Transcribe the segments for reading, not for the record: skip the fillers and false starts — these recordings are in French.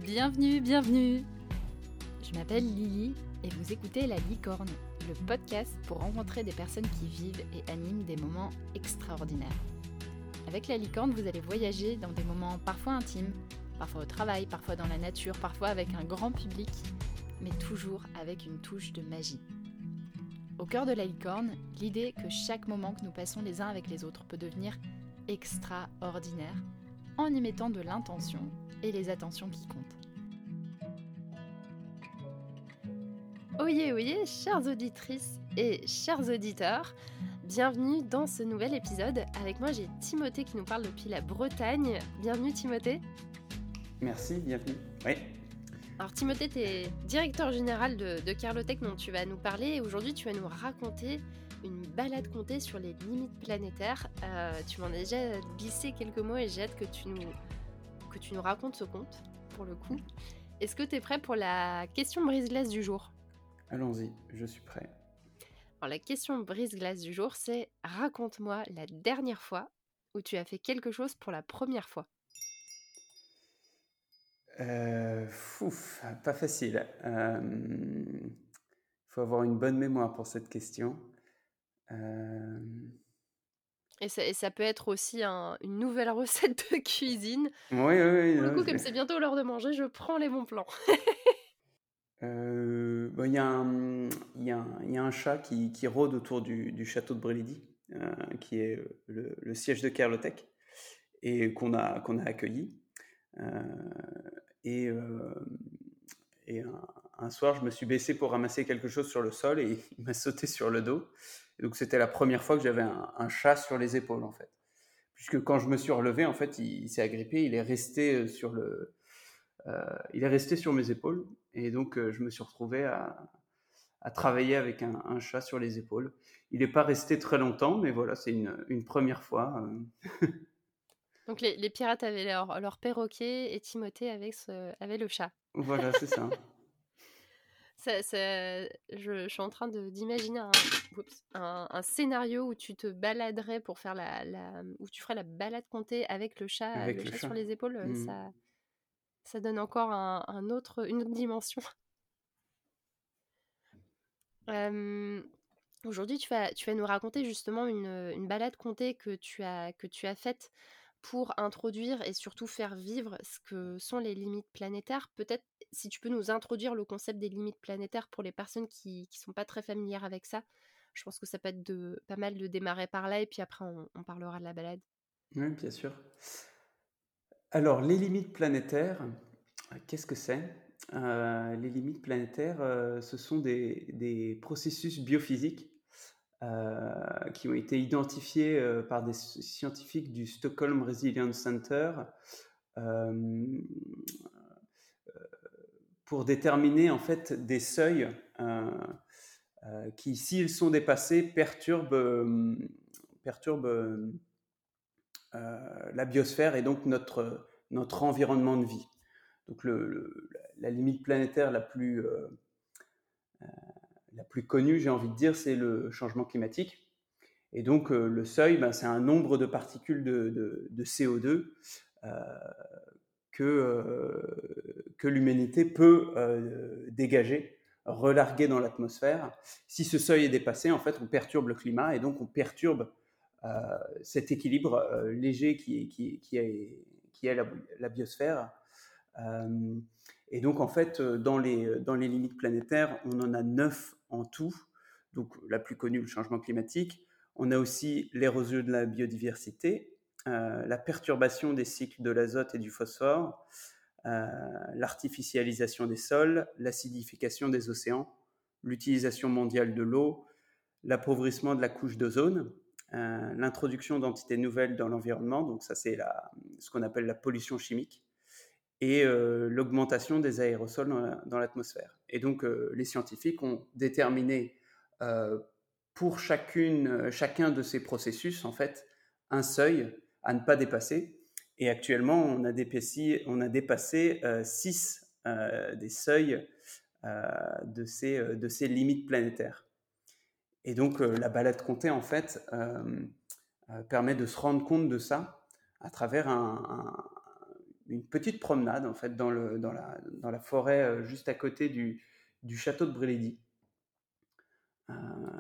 Bienvenue. Je m'appelle Lily et vous écoutez La Licorne, le podcast pour rencontrer des personnes qui vivent et animent des moments extraordinaires. Avec La Licorne, vous allez voyager dans des moments parfois intimes, parfois au travail, parfois dans la nature, parfois avec un grand public, mais toujours avec une touche de magie. Au cœur de La Licorne, l'idée que chaque moment que nous passons les uns avec les autres peut devenir extraordinaire en y mettant de l'intention et les attentions qui comptent. Oyez, chères auditrices et chers auditeurs, bienvenue dans ce nouvel épisode. Avec moi, j'ai Timothée qui nous parle depuis la Bretagne. Bienvenue Timothée. Merci, bienvenue. Oui. Alors Timothée, tu es directeur général de Carlotech dont tu vas nous parler. Et aujourd'hui, tu vas nous raconter une balade contée sur les limites planétaires. Tu m'en as déjà glissé quelques mots et j'ai hâte que tu nous racontes ce conte, pour le coup. Est-ce que tu es prêt pour la question brise-glace du jour ? Allons-y, je suis prêt. Alors, la question brise-glace du jour, c'est « Raconte-moi la dernière fois où tu as fait quelque chose pour la première fois ». Pas facile. Il faut avoir une bonne mémoire pour cette question. Et ça peut être aussi une nouvelle recette de cuisine. Oui. Pour le coup, comme c'est bientôt l'heure de manger, je prends les bons plans. Il y a un chat qui rôde autour du château de Brélidy, qui est le siège de Carlotech, et qu'on a accueilli. Et un soir, je me suis baissé pour ramasser quelque chose sur le sol et il m'a sauté sur le dos. Et donc, c'était la première fois que j'avais un chat sur les épaules, en fait. Puisque quand je me suis relevé, en fait, il s'est agrippé, il est resté sur mes épaules. Et donc, je me suis retrouvé à travailler avec un chat sur les épaules. Il n'est pas resté très longtemps, mais voilà, c'est une première fois. Donc, les pirates avaient leur perroquet et Timothée avait le chat. Voilà, c'est ça. Je suis en train d'imaginer un scénario où tu te baladerais pour faire où tu ferais la balade contée avec le chat, sur les épaules. Ça donne encore une autre dimension. Aujourd'hui, tu vas nous raconter justement une balade contée que tu as faite pour introduire et surtout faire vivre ce que sont les limites planétaires. Peut-être si tu peux nous introduire le concept des limites planétaires pour les personnes qui sont pas très familières avec ça. Je pense que ça peut être pas mal de démarrer par là et puis après on parlera de la balade. Oui, bien sûr. Alors, les limites planétaires, qu'est-ce que c'est ? Les limites planétaires, ce sont des processus biophysiques qui ont été identifiés par des scientifiques du Stockholm Resilience Center pour déterminer en fait des seuils qui, s'ils sont dépassés, perturbent la biosphère et donc notre environnement de vie. Donc la limite planétaire la plus connue, j'ai envie de dire, c'est le changement climatique. Et donc le seuil, c'est un nombre de particules de CO2 que l'humanité peut dégager, relarguer dans l'atmosphère. Si ce seuil est dépassé, en fait, on perturbe le climat et donc on perturbe cet équilibre léger qui est la biosphère. Et donc, en fait, dans les limites planétaires, on en a 9 en tout. Donc, la plus connue, le changement climatique. On a aussi l'érosion de la biodiversité, la perturbation des cycles de l'azote et du phosphore, l'artificialisation des sols, l'acidification des océans, l'utilisation mondiale de l'eau, l'appauvrissement de la couche d'ozone, l'introduction d'entités nouvelles dans l'environnement, donc ça c'est ce qu'on appelle la pollution chimique, et l'augmentation des aérosols dans l'atmosphère. Et donc les scientifiques ont déterminé pour chacun de ces processus, en fait, un seuil à ne pas dépasser. Et actuellement, on a dépassé 6 des seuils de ces limites planétaires. Et donc, la balade comptée, en fait, permet de se rendre compte de ça à travers une petite promenade en fait dans la forêt juste à côté du château de Brélédy. Euh,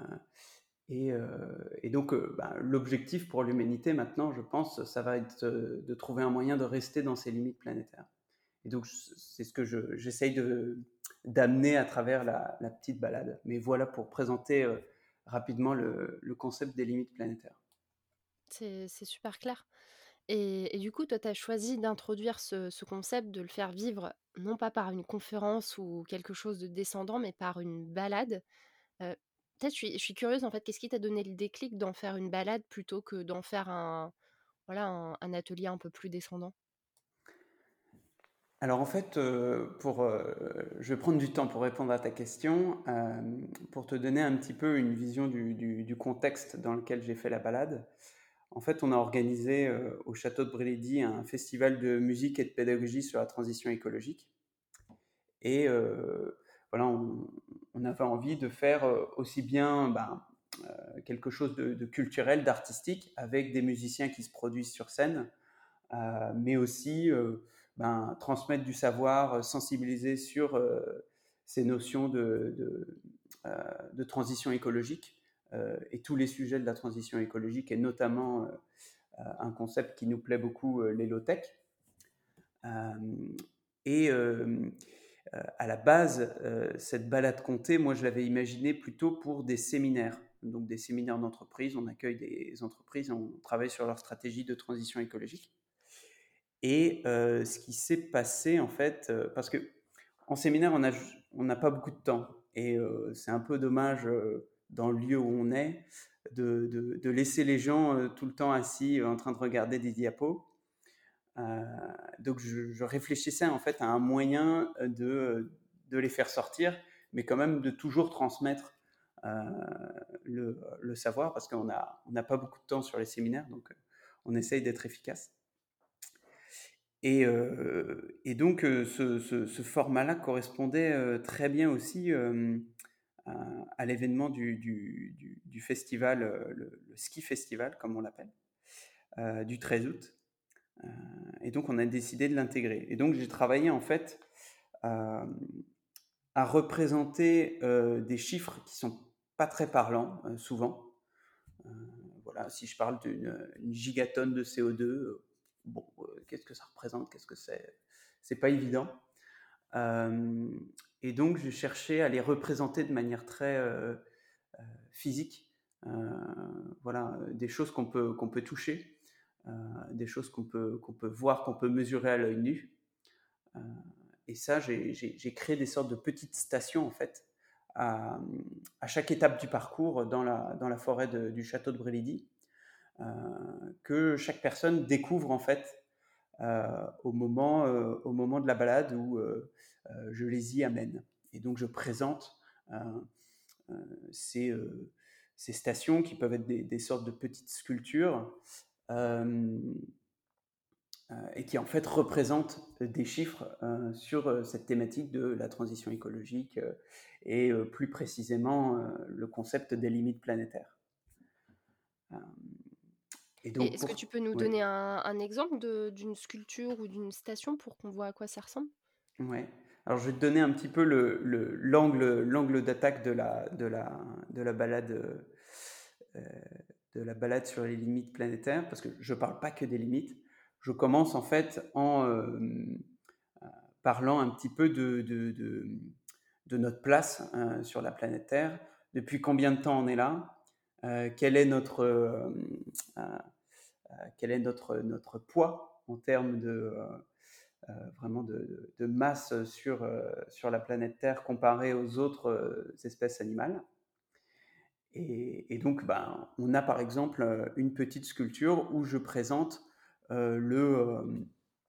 et donc, l'objectif pour l'humanité maintenant, je pense, ça va être de trouver un moyen de rester dans ces limites planétaires. Et donc, c'est ce que j'essaye d'amener à travers la petite balade. Mais voilà pour présenter rapidement le concept des limites planétaires. C'est super clair. Et du coup, toi, tu as choisi d'introduire ce concept, de le faire vivre, non pas par une conférence ou quelque chose de descendant, mais par une balade. Heu, Peut-être je suis curieuse, en fait, qu'est-ce qui t'a donné le déclic d'en faire une balade plutôt que d'en faire un atelier un peu plus descendant? Alors en fait, je vais prendre du temps pour répondre à ta question, pour te donner un petit peu une vision du contexte dans lequel j'ai fait la balade. En fait, on a organisé au château de Brélédy un festival de musique et de pédagogie sur la transition écologique. Et voilà, on avait envie de faire aussi bien quelque chose de culturel, d'artistique, avec des musiciens qui se produisent sur scène, mais aussi transmettre du savoir, sensibiliser sur ces notions de transition écologique et tous les sujets de la transition écologique, et notamment un concept qui nous plaît beaucoup, l'hélotech. Euh, et à la base, cette balade comptée, moi je l'avais imaginée plutôt pour des séminaires, donc des séminaires d'entreprise. On accueille des entreprises, on travaille sur leur stratégie de transition écologique. Et ce qui s'est passé en fait, parce que en séminaire on n'a pas beaucoup de temps, et c'est un peu dommage dans le lieu où on est de laisser les gens tout le temps assis en train de regarder des diapos. Euh, donc je réfléchissais en fait à un moyen de les faire sortir, mais quand même de toujours transmettre euh, le savoir, parce on n'a pas beaucoup de temps sur les séminaires, donc on essaye d'être efficace. Et donc ce format-là correspondait très bien aussi à l'événement du festival, le ski festival comme on l'appelle, du 13 août. Et donc on a décidé de l'intégrer. Et donc j'ai travaillé en fait à, à représenter des chiffres qui sont pas très parlants souvent. Euh, voilà, si je parle d'une gigatonne de CO2, bon, qu'est-ce que ça représente? Qu'est-ce que c'est? C'est pas évident. Euh, et donc, j'ai cherché à les représenter de manière très physique. Euh, voilà, des choses qu'on peut toucher, des choses qu'on peut voir, qu'on peut mesurer à l'œil nu. Euh, et ça, j'ai créé des sortes de petites stations, en fait, à, à chaque étape du parcours dans la forêt du château de Brélédy, euh, que chaque personne découvre, en fait, au moment de la balade où je les y amène. Et donc, je présente euh, euh, ces, euh, ces stations qui peuvent être des sortes de petites sculptures euh, et qui en fait représentent des chiffres sur cette thématique de la transition écologique et plus précisément le concept des limites planétaires. Euh, et Et donc est-ce que pour... tu peux nous Ouais, donner un exemple d'une sculpture ou d'une station pour qu'on voit à quoi ça ressemble? ouais. Alors je vais te donner un petit peu l'angle d'attaque de la balade euh, de la balade sur les limites planétaires, parce que je ne parle pas que des limites. Je commence en fait en parlant un petit peu de notre place sur la planète Terre, depuis combien de temps on est là, quel est notre poids en termes vraiment de masse sur la planète Terre comparée aux autres espèces animales. Et donc, on a par exemple une petite sculpture où je présente euh, le, euh,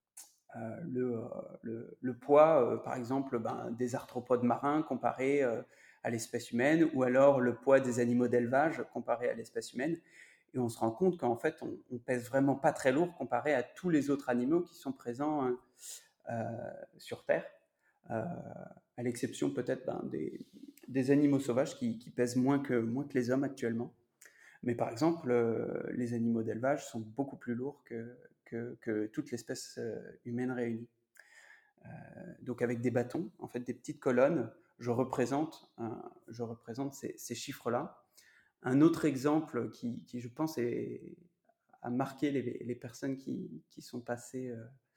le poids, par exemple, des arthropodes marins comparé à l'espèce humaine, ou alors le poids des animaux d'élevage comparé à l'espèce humaine. Et on se rend compte qu'en fait, on pèse vraiment pas très lourd comparé à tous les autres animaux qui sont présents sur Terre, euh, à l'exception peut-être des animaux sauvages qui pèsent moins que les hommes actuellement. Mais par exemple, les animaux d'élevage sont beaucoup plus lourds que toute l'espèce humaine réunie. Donc avec des bâtons, en fait des petites colonnes, je représente ces chiffres-là. Un autre exemple qui je pense a marqué les personnes qui sont passées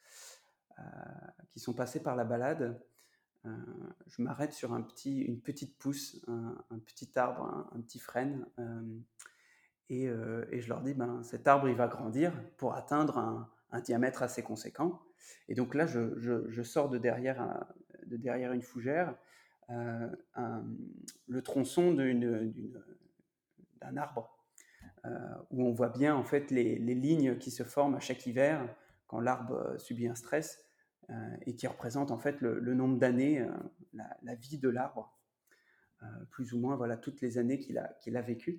par la balade, je m'arrête sur une petite pousse, un petit arbre, un petit frêne, et je leur dis, cet arbre, il va grandir pour atteindre un diamètre assez conséquent. Et donc là, je sors de derrière une fougère le tronçon d'un arbre, où on voit bien en fait les lignes qui se forment à chaque hiver quand l'arbre subit un stress, et qui représentent en fait le nombre d'années, la vie de l'arbre, plus ou moins voilà, toutes les années qu'il a vécues.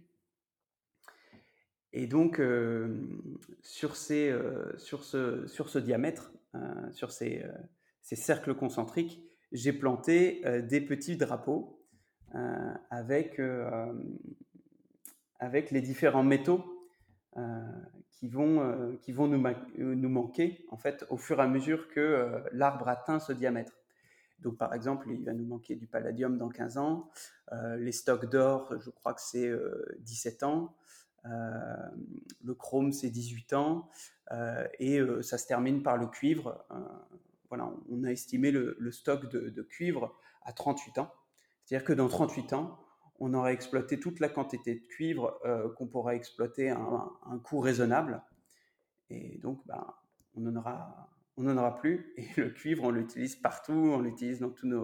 Et donc, sur ce diamètre, sur ces cercles concentriques, j'ai planté des petits drapeaux avec les différents métaux qui vont nous manquer en fait, au fur et à mesure que l'arbre atteint ce diamètre. Donc, par exemple, il va nous manquer du palladium dans 15 ans, les stocks d'or, je crois que c'est 17 ans, le chrome, c'est 18 ans, et ça se termine par le cuivre. Voilà, on a estimé le stock de cuivre à 38 ans. C'est-à-dire que dans 38 ans, on aura exploité toute la quantité de cuivre qu'on pourra exploiter à un coût raisonnable. Et donc, on n'en aura plus. Et le cuivre, on l'utilise partout, on l'utilise dans tous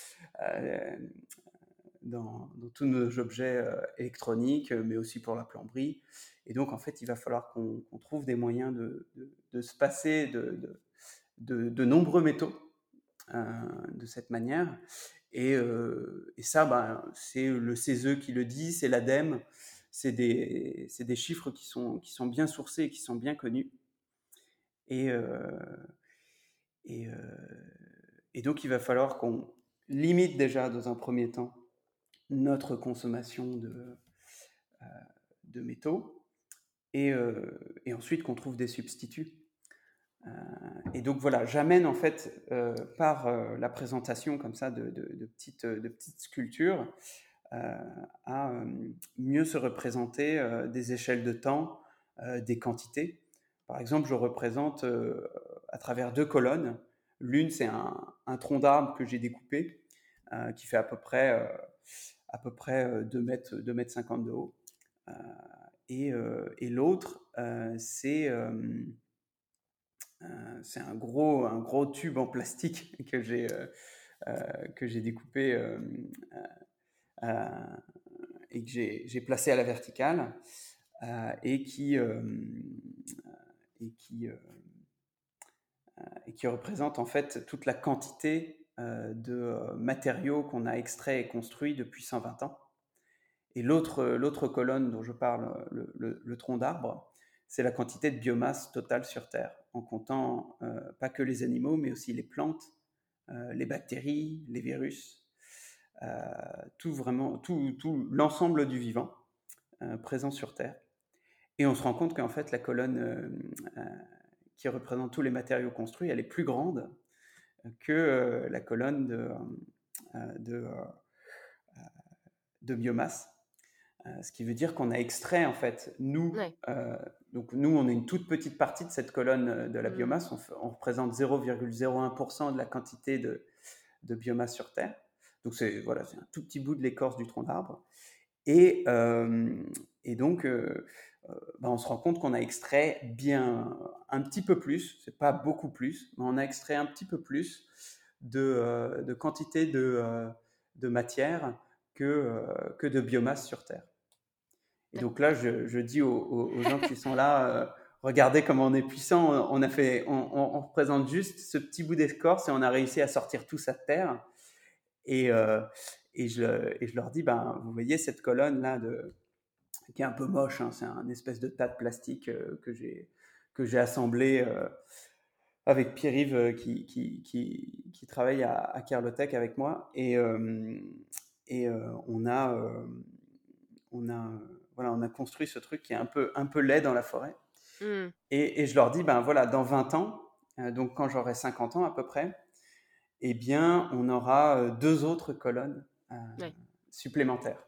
nos objets électroniques, mais aussi pour la plomberie. Et donc, en fait, il va falloir qu'on trouve des moyens de se passer de nombreux métaux de cette manière. Et ça, c'est le CESE qui le dit, c'est l'ADEME, c'est des chiffres qui sont bien sourcés et qui sont bien connus. Et donc, il va falloir qu'on limite déjà, dans un premier temps, notre consommation de métaux, et ensuite qu'on trouve des substituts. Et donc voilà, j'amène en fait par la présentation comme ça de petites sculptures à mieux se représenter des échelles de temps, des quantités. Par exemple, je représente à travers 2 colonnes. L'une, c'est un tronc d'arbre que j'ai découpé, qui fait à peu près 2 mètres 50 de haut. Et l'autre, c'est un gros tube en plastique que j'ai découpé et que j'ai placé à la verticale, et qui représente en fait toute la quantité de matériaux qu'on a extraits et construits depuis 120 ans. Et l'autre colonne dont je parle, le tronc d'arbre, c'est la quantité de biomasse totale sur Terre, en comptant pas que les animaux, mais aussi les plantes, les bactéries, les virus, tout l'ensemble du vivant présent sur Terre. Et on se rend compte qu'en fait, la colonne qui représente tous les matériaux construits, elle est plus grande que la colonne de biomasse. Ce qui veut dire qu'on a extrait, en fait, donc nous, on est une toute petite partie de cette colonne de la biomasse. On représente 0,01% de la quantité de biomasse sur Terre. Donc c'est un tout petit bout de l'écorce du tronc d'arbre. Et donc, on se rend compte qu'on a extrait bien un petit peu plus, c'est pas beaucoup plus, mais on a extrait un petit peu plus de quantité de matière que de biomasse sur Terre. Et donc là, je dis aux gens qui sont là, regardez comment on est puissant, on représente juste ce petit bout d'écorce et on a réussi à sortir tout ça de terre. Et je leur dis, vous voyez cette colonne là qui est un peu moche, hein, c'est un espèce de tas de plastique que j'ai assemblé avec Pierre-Yves qui travaille à Carlotech avec moi, et on a construit ce truc qui est un peu laid dans la forêt. Mmh. Et je leur dis, ben voilà, dans 20 ans, donc quand j'aurai 50 ans à peu près, eh bien, on aura 2 autres colonnes Ouais. supplémentaires.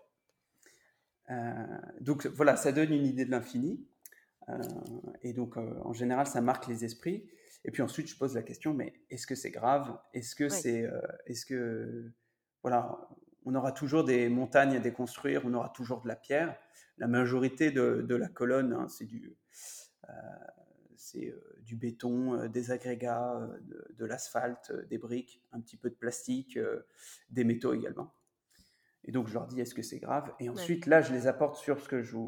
Donc voilà, ça donne une idée de l'infini. Euh, et donc, en général, ça marque les esprits. Et puis ensuite, je pose la question, mais est-ce que c'est grave? Ouais. Est-ce que, voilà, on aura toujours des montagnes à déconstruire, on aura toujours de la pierre. La majorité de la colonne, hein, euh, du béton, des agrégats, de l'asphalte, des briques, un petit peu de plastique, des métaux également. Et donc, je leur dis, est-ce que c'est grave? Et Ouais. ensuite, là, je les apporte sur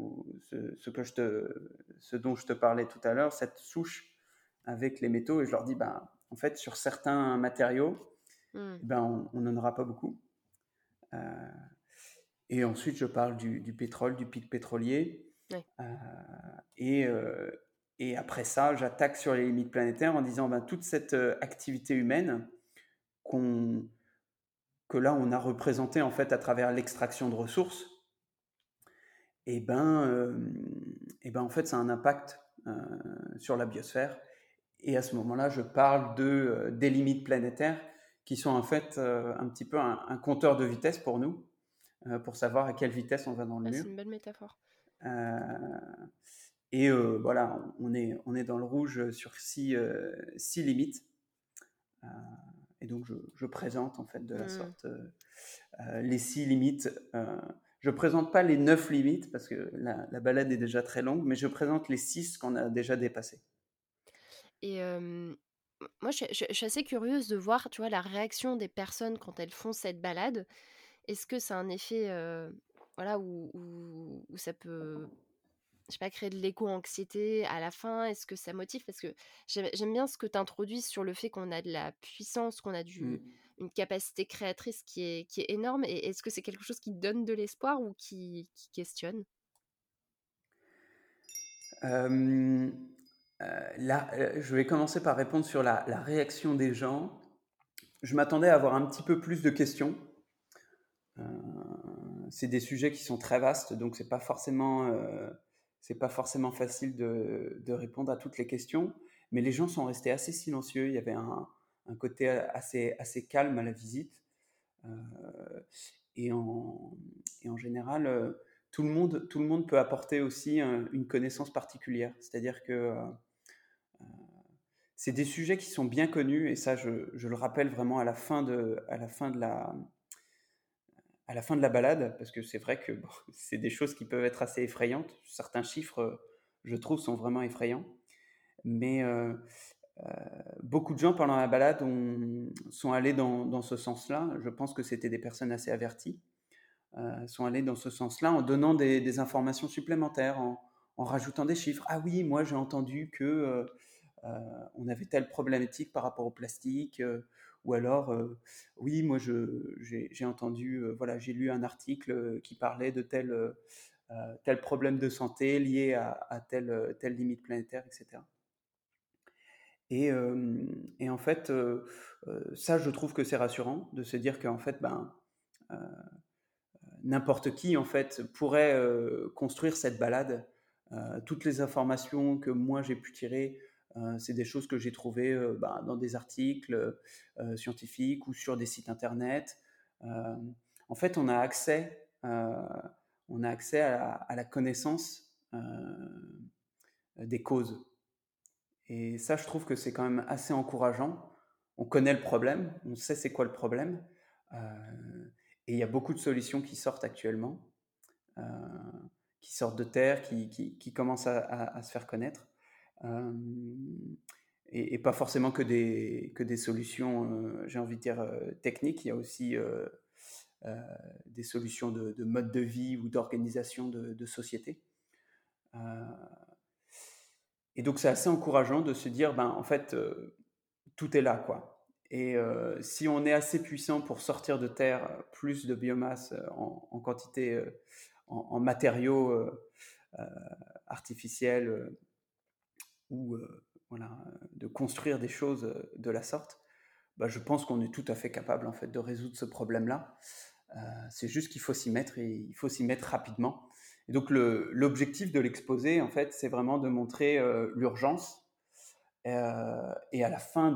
ce dont je te parlais tout à l'heure, cette souche avec les métaux. Et je leur dis, ben, en fait, sur certains matériaux, Mmh. ben, on n'en aura pas beaucoup. Euh, et ensuite, je parle du pétrole, du pic pétrolier. Ouais. Euh, et, euh, et après ça, j'attaque sur les limites planétaires en disant, ben, toute cette activité humaine qu'on que là, on a représentée en fait à travers l'extraction de ressources, et ben en fait, ça a un impact sur la biosphère. Et à ce moment-là, je parle des limites planétaires qui sont en fait un petit peu un compteur de vitesse pour nous, pour savoir à quelle vitesse on va dans le Ah, mur. c'est une belle métaphore. Euh, voilà, on est dans le rouge sur six limites. Euh, et donc, je présente en fait de la Mmh. sorte les 6 limites. Je ne présente pas les 9 limites parce que la balade est déjà très longue, mais je présente les 6 qu'on a déjà dépassées. Et moi, je suis assez curieuse de voir, tu vois, la réaction des personnes quand elles font cette balade. Est-ce que c'est un effet, voilà, où ça peut, je sais pas, créer de l'éco-anxiété à la fin? Est-ce que ça motive? Parce que j'aime bien ce que tu introduis sur le fait qu'on a de la puissance, qu'on a Mm. une capacité créatrice qui est énorme. Et est-ce que c'est quelque chose qui donne de l'espoir ou qui questionne? Euh, Là, je vais commencer par répondre sur la réaction des gens. Je m'attendais à avoir un petit peu plus de questions. Euh, c'est des sujets qui sont très vastes, donc c'est pas forcément facile de répondre à toutes les questions. Mais les gens sont restés assez silencieux. Il y avait un côté assez calme à la visite. Euh, et, en, et en général, tout le monde peut apporter aussi une connaissance particulière. C'est-à-dire que c'est des sujets qui sont bien connus, et ça, je le rappelle vraiment à la fin de la balade, parce que c'est vrai que bon, c'est des choses qui peuvent être assez effrayantes. Certains chiffres, je trouve, sont vraiment effrayants. Mais beaucoup de gens pendant la balade sont allés dans ce sens-là. Je pense que c'était des personnes assez averties. Sont allés dans ce sens-là en donnant des informations supplémentaires, en rajoutant des chiffres. Ah oui, moi j'ai entendu que on avait telle problématique par rapport au plastique, ou alors oui, moi j'ai entendu, voilà, j'ai lu un article qui parlait de tel problème de santé lié à telle limite planétaire, etc. Et, euh, et en fait, ça, je trouve que c'est rassurant de se dire qu'en fait, ben, euh, n'importe qui en fait pourrait construire cette balade. Toutes les informations que moi j'ai pu tirer, c'est des choses que j'ai trouvées dans des articles scientifiques ou sur des sites internet. Euh, En fait, on a accès à la connaissance des causes. Et ça, je trouve que c'est quand même assez encourageant. On connaît le problème, on sait c'est quoi le problème. Et il y a beaucoup de solutions qui sortent actuellement, euh, qui sortent de terre, qui commencent à se faire connaître. Euh, et pas forcément que des solutions, j'ai envie de dire, techniques. Il y a aussi euh, des solutions de mode de vie ou d'organisation de société. Euh, et donc, c'est assez encourageant de se dire, ben, en fait, tout est là, quoi. Et si on est assez puissant pour sortir de terre plus de biomasse en quantité, en matériaux euh, artificiels, ou voilà, de construire des choses de la sorte, bah, je pense qu'on est tout à fait capable en fait de résoudre ce problème-là. C'est juste qu'il faut s'y mettre, et il faut s'y mettre rapidement. Et donc l'objectif de l'exposé, en fait, c'est vraiment de montrer l'urgence. Et à la fin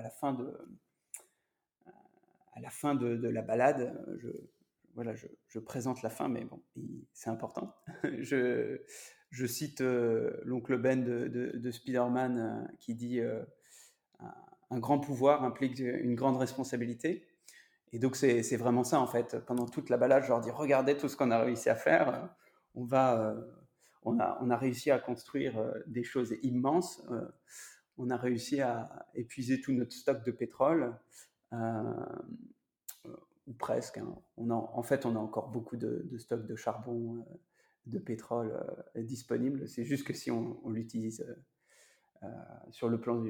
de la balade, je présente la fin, mais bon, c'est important. je cite l'oncle Ben de Spider-Man qui dit un grand pouvoir implique une grande responsabilité. Et donc, c'est vraiment ça, en fait. Pendant toute la balade, je leur dis, regardez tout ce qu'on a réussi à faire. On a réussi à construire des choses immenses. On a réussi à épuiser tout notre stock de pétrole, ou presque. Hein. En fait, on a encore beaucoup de stocks de charbon, de pétrole disponibles. C'est juste que si on l'utilise sur le plan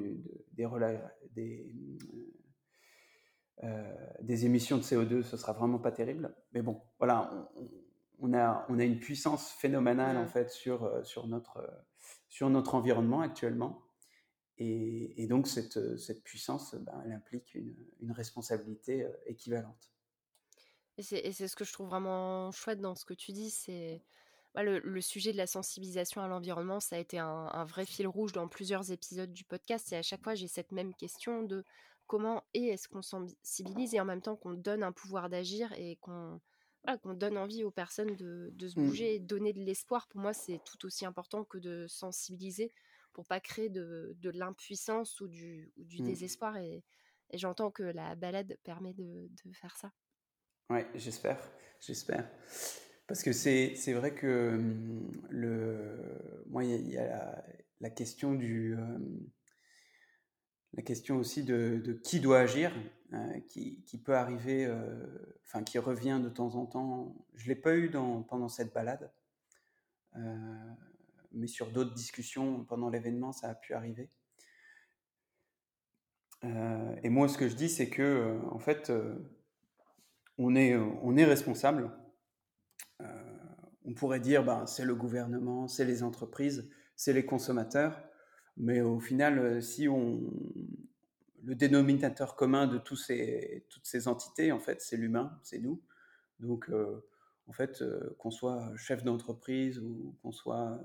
des émissions de CO2, ce sera vraiment pas terrible. Mais bon, voilà, on a une puissance phénoménale en fait sur notre environnement actuellement. Et donc cette puissance, elle implique une responsabilité équivalente. Et c'est ce que je trouve vraiment chouette dans ce que tu dis, c'est le sujet de la sensibilisation à l'environnement, ça a été un vrai fil rouge dans plusieurs épisodes du podcast. Et à chaque fois, j'ai cette même question de comment est-ce qu'on sensibilise et en même temps qu'on donne un pouvoir d'agir et qu'on donne envie aux personnes de se bouger et donner de l'espoir. Pour moi, c'est tout aussi important que de sensibiliser pour pas créer de l'impuissance ou du désespoir. Et j'entends que la balade permet de faire ça. Ouais, j'espère. Parce que c'est vrai que moi, il y a la question la question aussi de qui doit agir, qui peut arriver, enfin qui revient de temps en temps. Je l'ai pas eu pendant cette balade, mais sur d'autres discussions pendant l'événement, ça a pu arriver. Et moi, ce que je dis, c'est que en fait, on est responsable. On pourrait dire, c'est le gouvernement, c'est les entreprises, c'est les consommateurs, mais au final, le dénominateur commun de toutes ces entités, en fait, c'est l'humain, c'est nous. Donc, en fait, qu'on soit chef d'entreprise ou qu'on soit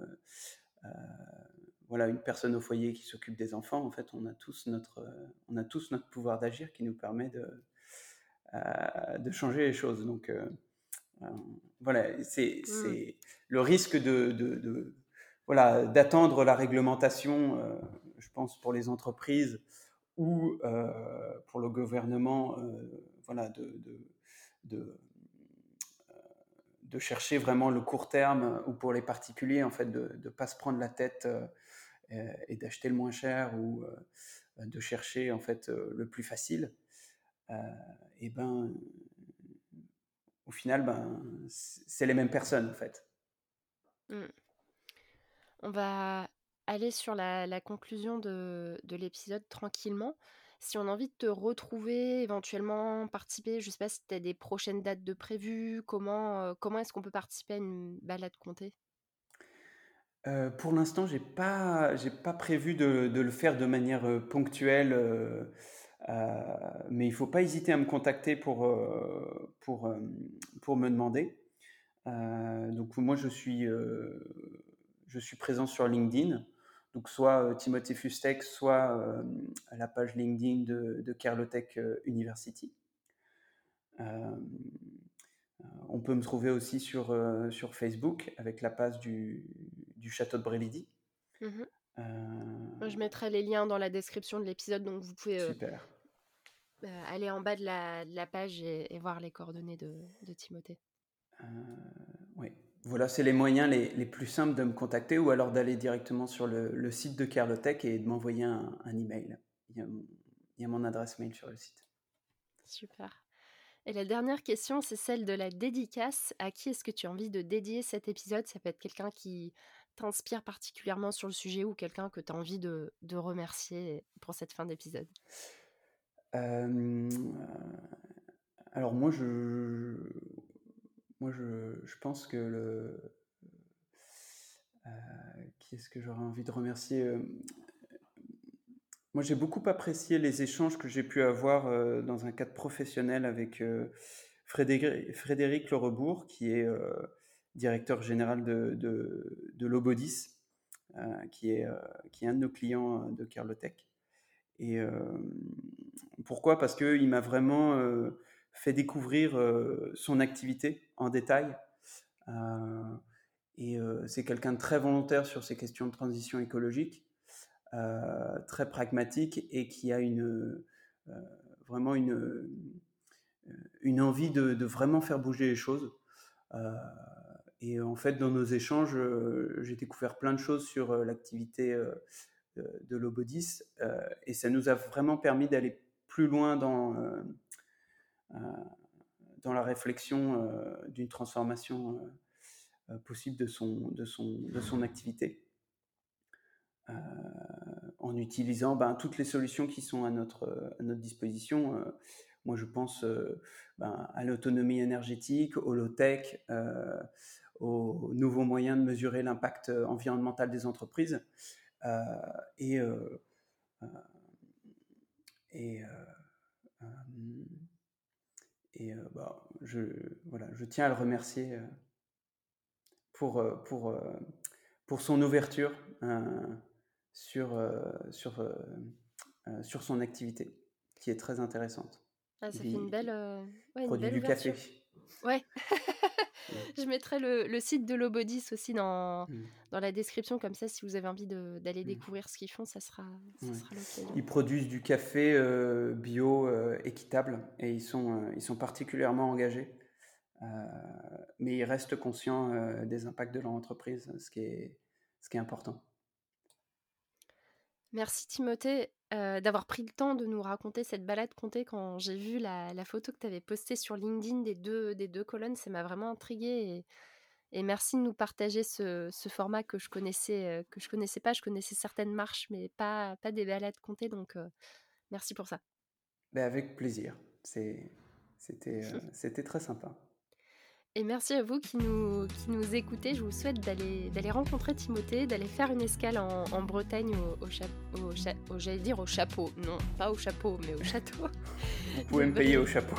une personne au foyer qui s'occupe des enfants, en fait, on a tous notre pouvoir d'agir qui nous permet de changer les choses. Donc, voilà, c'est le risque d'attendre la réglementation, je pense, pour les entreprises ou pour le gouvernement, de chercher vraiment le court terme, ou pour les particuliers, en fait, de ne pas se prendre la tête et d'acheter le moins cher, ou de chercher, en fait, le plus facile. Et au final, c'est les mêmes personnes, en fait. On va aller sur la conclusion de l'épisode tranquillement. Si on a envie de te retrouver, éventuellement participer, je ne sais pas si tu as des prochaines dates de prévues, comment est-ce qu'on peut participer à une balade comptée ? Pour l'instant, j'ai pas prévu de le faire de manière ponctuelle, mais il faut pas hésiter à me contacter pour me demander. Donc moi, je suis présent sur LinkedIn, donc soit Timothée Fustek, soit à la page LinkedIn de Kerlotech University. On peut me trouver aussi sur Facebook avec la page du château de Brélidy. Moi, je mettrai les liens dans la description de l'épisode, donc vous pouvez Super. aller en bas de la page et voir les coordonnées de Timothée. Oui, voilà, c'est les moyens les plus simples de me contacter, ou alors d'aller directement sur le site de Kerlotech et de m'envoyer un email. Il y a mon adresse mail sur le site. Super. Et la dernière question, c'est celle de la dédicace. À qui est-ce que tu as envie de dédier cet épisode ? Ça peut être quelqu'un qui t'inspire particulièrement sur le sujet ou quelqu'un que tu as envie de remercier pour cette fin d'épisode. Alors moi, je pense que qui est-ce que j'aurais envie de remercier ? Moi, j'ai beaucoup apprécié les échanges que j'ai pu avoir dans un cadre professionnel avec Frédéric Lerebourg, qui est directeur général de Lobodis, qui est un de nos clients de Carlotech. Et pourquoi ? Parce qu'il m'a vraiment fait découvrir son activité en détail. Et c'est quelqu'un de très volontaire sur ces questions de transition écologique, très pragmatique, et qui a vraiment une envie de vraiment faire bouger les choses. Et en fait, dans nos échanges, j'ai découvert plein de choses sur l'activité de Lobodis, et ça nous a vraiment permis d'aller plus loin dans la réflexion d'une transformation possible de son activité, en utilisant toutes les solutions qui sont à notre disposition. Moi, je pense à l'autonomie énergétique, au low-tech, aux nouveaux moyens de mesurer l'impact environnemental des entreprises. Je tiens à le remercier pour son ouverture sur son activité, qui est très intéressante. Ça fait une belle produit du ouverture. Café. Ouais. Je mettrai le site de Lobodis aussi dans la description, comme ça, si vous avez envie d'aller découvrir ce qu'ils font, ça sera l'occasion. Ils produisent du café bio, équitable, et ils sont particulièrement engagés. Mais ils restent conscients des impacts de leur entreprise, ce qui est important. Merci Timothée d'avoir pris le temps de nous raconter cette balade comptée. Quand j'ai vu la photo que tu avais postée sur LinkedIn des deux colonnes, ça m'a vraiment intriguée, et merci de nous partager ce format que je connaissais pas. Je connaissais certaines marches, mais pas des balades comptées, donc merci pour ça. Avec plaisir, c'était très sympa. Et merci à vous qui nous écoutez. Je vous souhaite d'aller rencontrer Timothée, d'aller faire une escale en Bretagne j'allais dire au chapeau. Non, pas au chapeau, mais au château. Vous pouvez me payer au chapeau.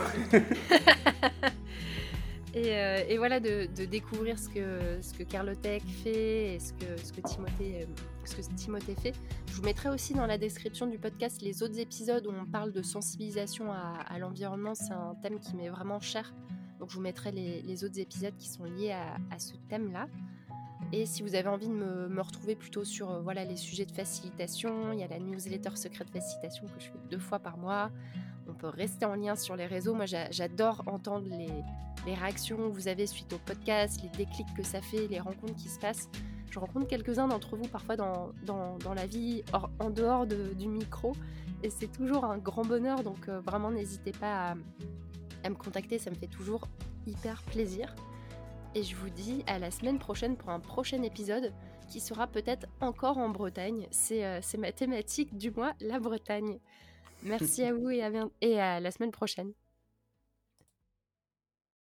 Et voilà, de découvrir ce que Carlotech fait et ce que Timothée fait. Je vous mettrai aussi dans la description du podcast les autres épisodes où on parle de sensibilisation à l'environnement. C'est un thème qui m'est vraiment cher. Donc je vous mettrai les autres épisodes qui sont liés à ce thème-là. Et si vous avez envie de me retrouver plutôt sur les sujets de facilitation, il y a la newsletter secret de facilitation que je fais 2 fois par mois. On peut rester en lien sur les réseaux. Moi, j'adore entendre les réactions que vous avez suite au podcast, les déclics que ça fait, les rencontres qui se passent. Je rencontre quelques-uns d'entre vous parfois dans la vie, en dehors du micro. Et c'est toujours un grand bonheur. Donc vraiment, n'hésitez pas à me contacter. Ça me fait toujours hyper plaisir. Et je vous dis à la semaine prochaine pour un prochain épisode qui sera peut-être encore en Bretagne. C'est ma thématique du mois, la Bretagne. Merci à vous et à la semaine prochaine.